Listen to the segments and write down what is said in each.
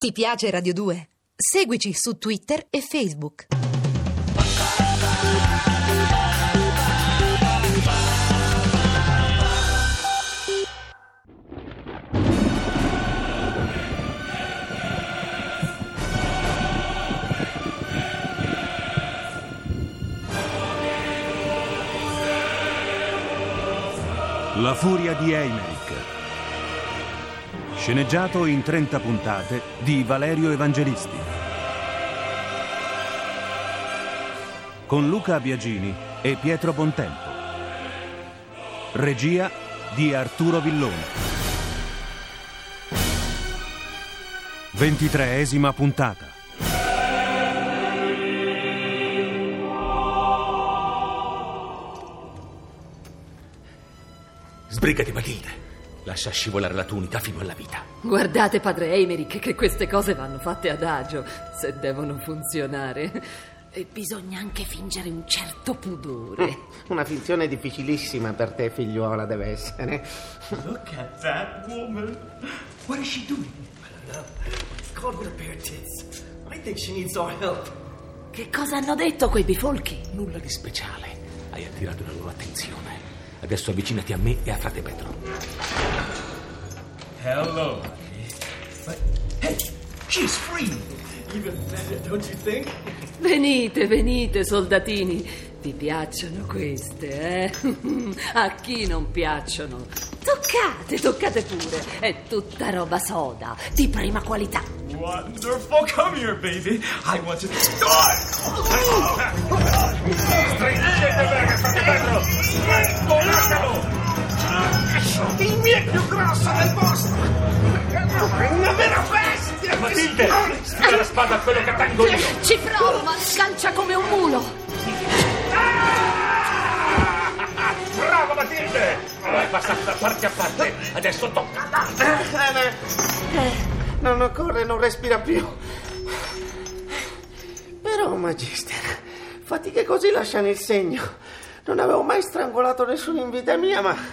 Ti piace Radio 2? Seguici su Twitter e Facebook. La furia di Eimerick. Sceneggiato in 30 puntate di Valerio Evangelisti. Con Luca Biagini e Pietro Bontempo. Regia di Arturo Villoni. 23esima puntata. Sbrigati, Matilde. Lascia scivolare la tua unità fino alla vita. Guardate, padre Eimerick, che queste cose vanno fatte adagio, se devono funzionare. E bisogna anche fingere un certo pudore. Una finzione difficilissima per te, figliuola, deve essere. Look at that woman. What is she doing? I don't know. It's called with a pair of tits. I think she needs our help. Che cosa hanno detto quei bifolchi? Nulla di speciale. Hai attirato la loro attenzione. Adesso avvicinati a me e a frate Pedro. Hello, honey. But, hey, she's free. Even better, don't you think? Venite, venite, soldatini. Vi piacciono queste, eh? A chi non piacciono? Toccate pure. È tutta roba soda, di prima qualità. Wonderful. Come here, baby. I want to start. Stringete bene, frate Pedro! Scollatelo! Il mio è più grosso del vostro! Una vera bestia! Matilde, sfida la spada a quello che tengo io! Ci provo, ma scancia come un mulo. Bravo, Matilde! Hai passato da parte a parte, adesso tocca all'altra! Non occorre, non respira più. Però, Magister, fatiche così lasciano il segno. Non avevo mai strangolato nessuno in vita mia, ma...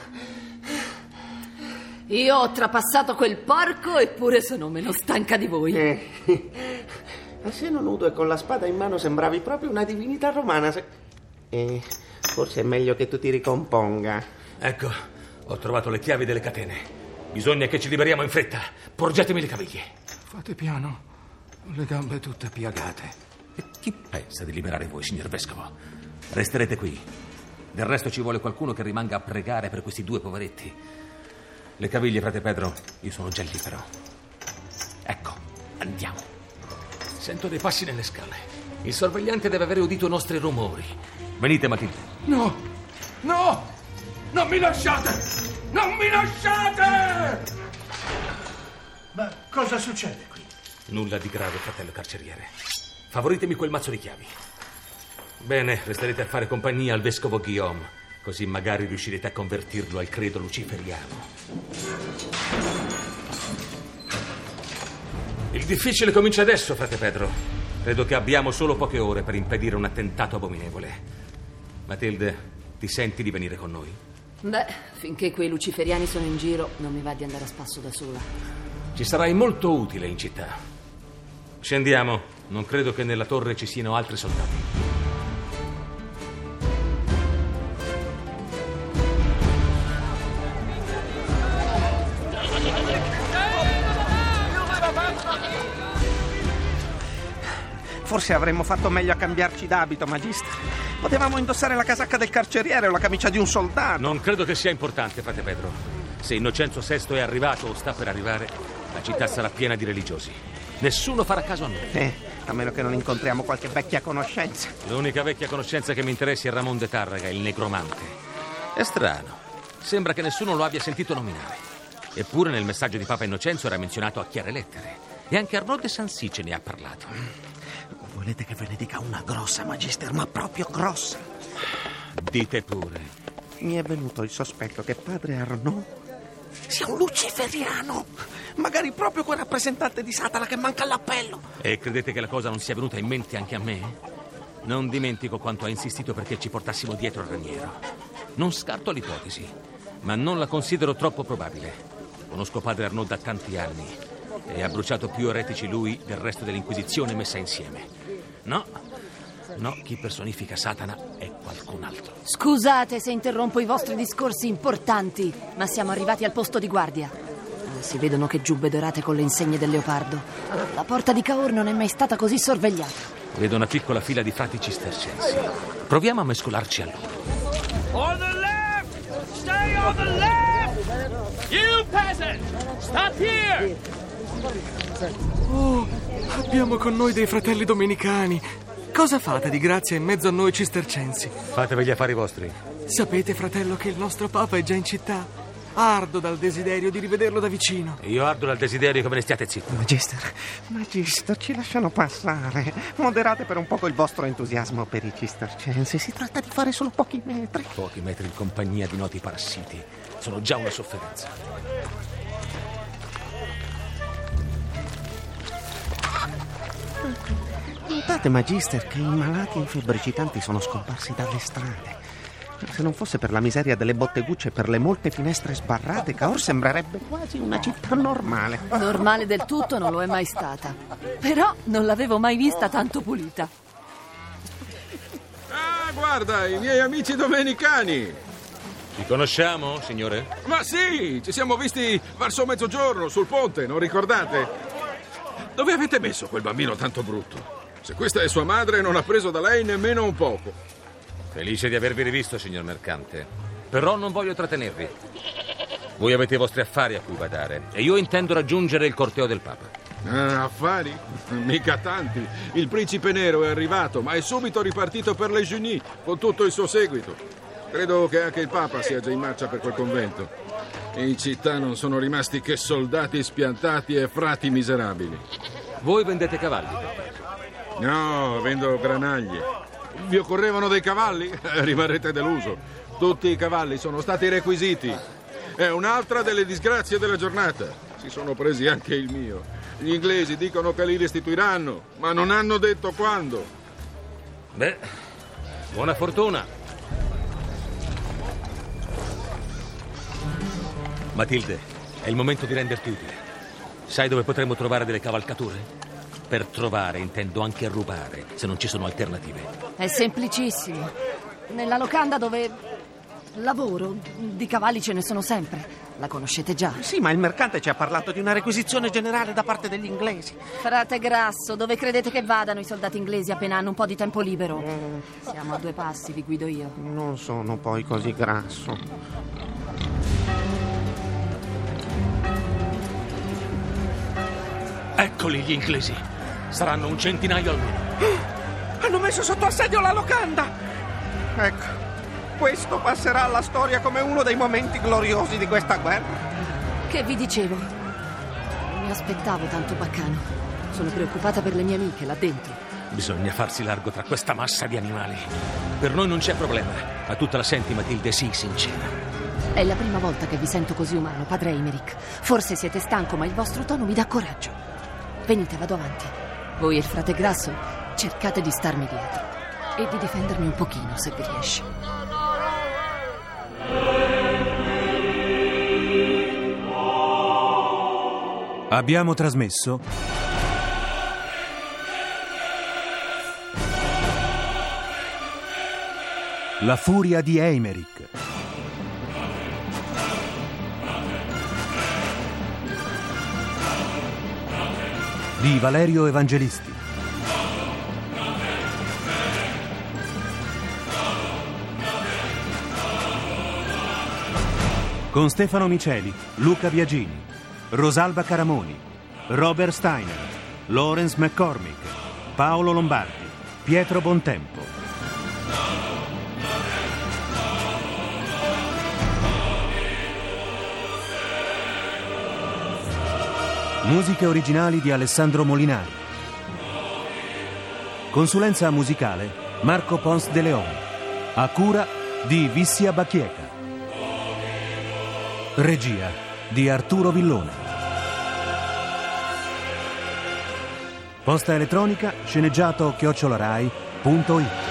Io ho trapassato quel porco, eppure sono meno stanca di voi. A seno nudo e con la spada in mano sembravi proprio una divinità romana. Forse è meglio che tu ti ricomponga. Ecco, ho trovato le chiavi delle catene. Bisogna che ci liberiamo in fretta. Porgetemi le caviglie. Fate piano, ho le gambe tutte piagate. E chi pensa di liberare voi, signor Vescovo? Resterete qui. Del resto ci vuole qualcuno che rimanga a pregare per questi due poveretti. Le caviglie, frate Pedro, io sono già libero. Ecco, andiamo. Sento dei passi nelle scale. Il sorvegliante deve avere udito i nostri rumori. Venite, Matilde. No! Non mi lasciate! Non mi lasciate! Ma cosa succede qui? Nulla di grave, fratello carceriere. Favoritemi quel mazzo di chiavi. Bene, resterete a fare compagnia al vescovo Guillaume, così magari riuscirete a convertirlo al credo luciferiano. Il difficile comincia adesso, frate Pedro. Credo che abbiamo solo poche ore per impedire un attentato abominevole. Matilde, ti senti di venire con noi? Beh, finché quei luciferiani sono in giro, non mi va di andare a spasso da sola. Ci sarai molto utile in città. Scendiamo. Non credo che nella torre ci siano altri soldati. Forse avremmo fatto meglio a cambiarci d'abito, Magister. Potevamo indossare la casacca del carceriere o la camicia di un soldato. Non credo che sia importante, frate Pedro. Se Innocenzo VI è arrivato o sta per arrivare, la città sarà piena di religiosi. Nessuno farà caso a noi. A meno che non incontriamo qualche vecchia conoscenza. L'unica vecchia conoscenza che mi interessi è Ramon de Tarraga, il negromante. È strano. Sembra che nessuno lo abbia sentito nominare. Eppure nel messaggio di Papa Innocenzo era menzionato a chiare lettere. E anche Arnaud de Sancy ce ne ha parlato. Volete che ve ne dica una grossa, Magister, ma proprio grossa? Dite pure. Mi è venuto il sospetto che padre Arnaud sia un luciferiano. Magari proprio quel rappresentante di Satana che manca all'appello. E credete che la cosa non sia venuta in mente anche a me? Non dimentico quanto ha insistito perché ci portassimo dietro il raniero. Non scarto l'ipotesi, ma non la considero troppo probabile. Conosco padre Arnaud da tanti anni E ha bruciato più eretici lui del resto dell'Inquisizione messa insieme. No, chi personifica Satana è qualcun altro. Scusate se interrompo i vostri discorsi importanti, ma siamo arrivati al posto di guardia. Si vedono che giubbe dorate con le insegne del leopardo. La porta di Cahors non è mai stata così sorvegliata. Vedo una piccola fila di frati cistercensi. Proviamo a mescolarci a loro. On the left! Stay on the left! You peasant! Stop here! Oh, abbiamo con noi dei fratelli domenicani. Cosa fate di grazia in mezzo a noi cistercensi? Fatevi gli affari vostri. Sapete, fratello, che il nostro Papa è già in città? Ardo dal desiderio di rivederlo da vicino. Io ardo dal desiderio che ve ne stiate zitti. Magister, ci lasciano passare. Moderate per un poco il vostro entusiasmo per i cistercensi. Si tratta di fare solo pochi metri. Pochi metri in compagnia di noti parassiti sono già una sofferenza. Notate, Magister, che i malati infebbricitanti sono scomparsi dalle strade. Se non fosse per la miseria delle bottegucce e per le molte finestre sbarrate, Cahors sembrerebbe quasi una città normale. Normale del tutto non lo è mai stata. Però non l'avevo mai vista tanto pulita. Ah, guarda, i miei amici domenicani! Ci conosciamo, signore? Ma sì, ci siamo visti verso mezzogiorno sul ponte, non ricordate? Dove avete messo quel bambino tanto brutto? Se questa è sua madre, non ha preso da lei nemmeno un poco. Felice di avervi rivisto, signor mercante. Però non voglio trattenervi. Voi avete i vostri affari a cui badare e io intendo raggiungere il corteo del Papa. Affari? Mica tanti. Il principe nero è arrivato, ma è subito ripartito per Le Jeuny con tutto il suo seguito. Credo che anche il Papa sia già in marcia per quel convento. In città non sono rimasti che soldati spiantati e frati miserabili. Voi vendete cavalli? No, vendo granaglie. Vi occorrevano dei cavalli? Rimarrete deluso. Tutti i cavalli sono stati requisiti. È un'altra delle disgrazie della giornata. Si sono presi anche il mio. Gli inglesi dicono che li restituiranno, ma non hanno detto quando. Beh, buona fortuna. Matilde, è il momento di renderti utile. Sai dove potremmo trovare delle cavalcature? Per trovare intendo anche rubare, se non ci sono alternative. È semplicissimo. Nella locanda dove lavoro, di cavalli ce ne sono sempre. La conoscete già. Sì, ma il mercante ci ha parlato di una requisizione generale da parte degli inglesi. Frate Grasso, dove credete che vadano i soldati inglesi appena hanno un po' di tempo libero? Siamo a 2 passi, vi guido io. Non sono poi così grasso. Eccoli gli inglesi. Saranno un centinaio almeno. Hanno messo sotto assedio la locanda! Ecco, questo passerà alla storia come uno dei momenti gloriosi di questa guerra. Che vi dicevo? Non mi aspettavo tanto baccano. Sono preoccupata per le mie amiche là dentro. Bisogna farsi largo tra questa massa di animali. Per noi non c'è problema. Ma tu te la senti, Matilde, sii sincera. È la prima volta che vi sento così umano, padre Emerick. Forse siete stanco, ma il vostro tono mi dà coraggio. Venite, vado avanti. Voi e il frate Grasso cercate di starmi dietro e di difendermi un pochino, se vi riesce. Abbiamo trasmesso La furia di Eymerich di Valerio Evangelisti. Con Stefano Miceli, Luca Biagini, Rosalba Caramoni, Robert Steiner, Lawrence McCormick, Paolo Lombardi, Pietro Bontempo. Musiche originali di Alessandro Molinari. Consulenza musicale Marco Pons de Leon. A cura di Vissia Bacchieca. Regia di Arturo Villone. Posta elettronica sceneggiato@rai.it.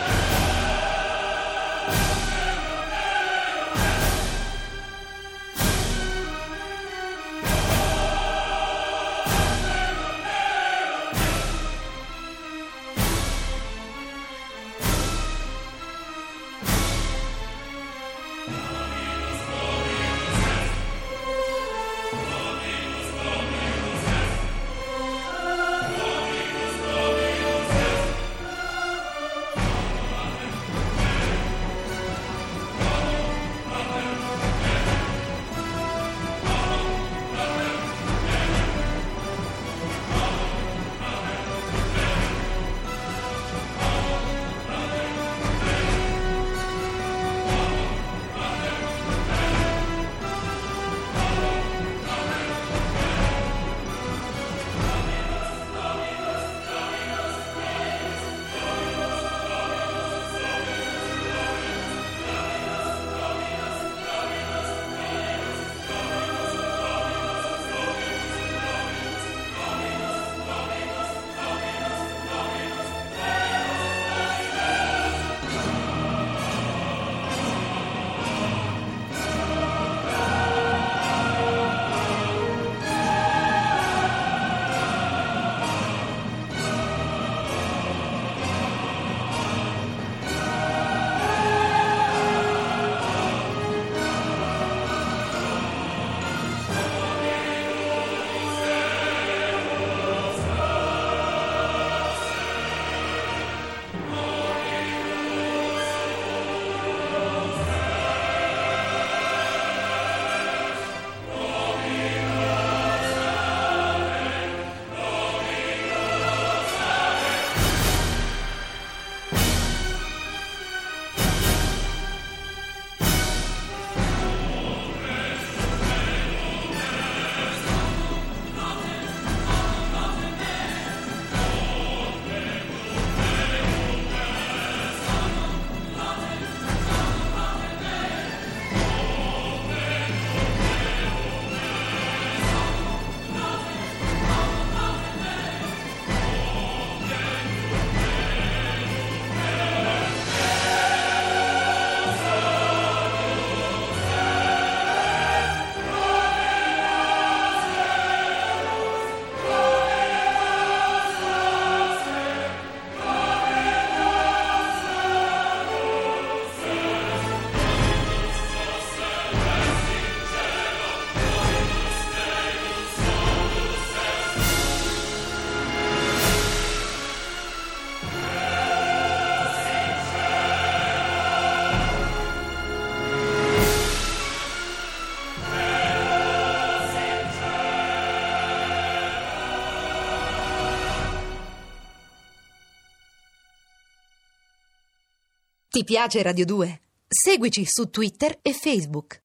Ti piace Radio 2? Seguici su Twitter e Facebook.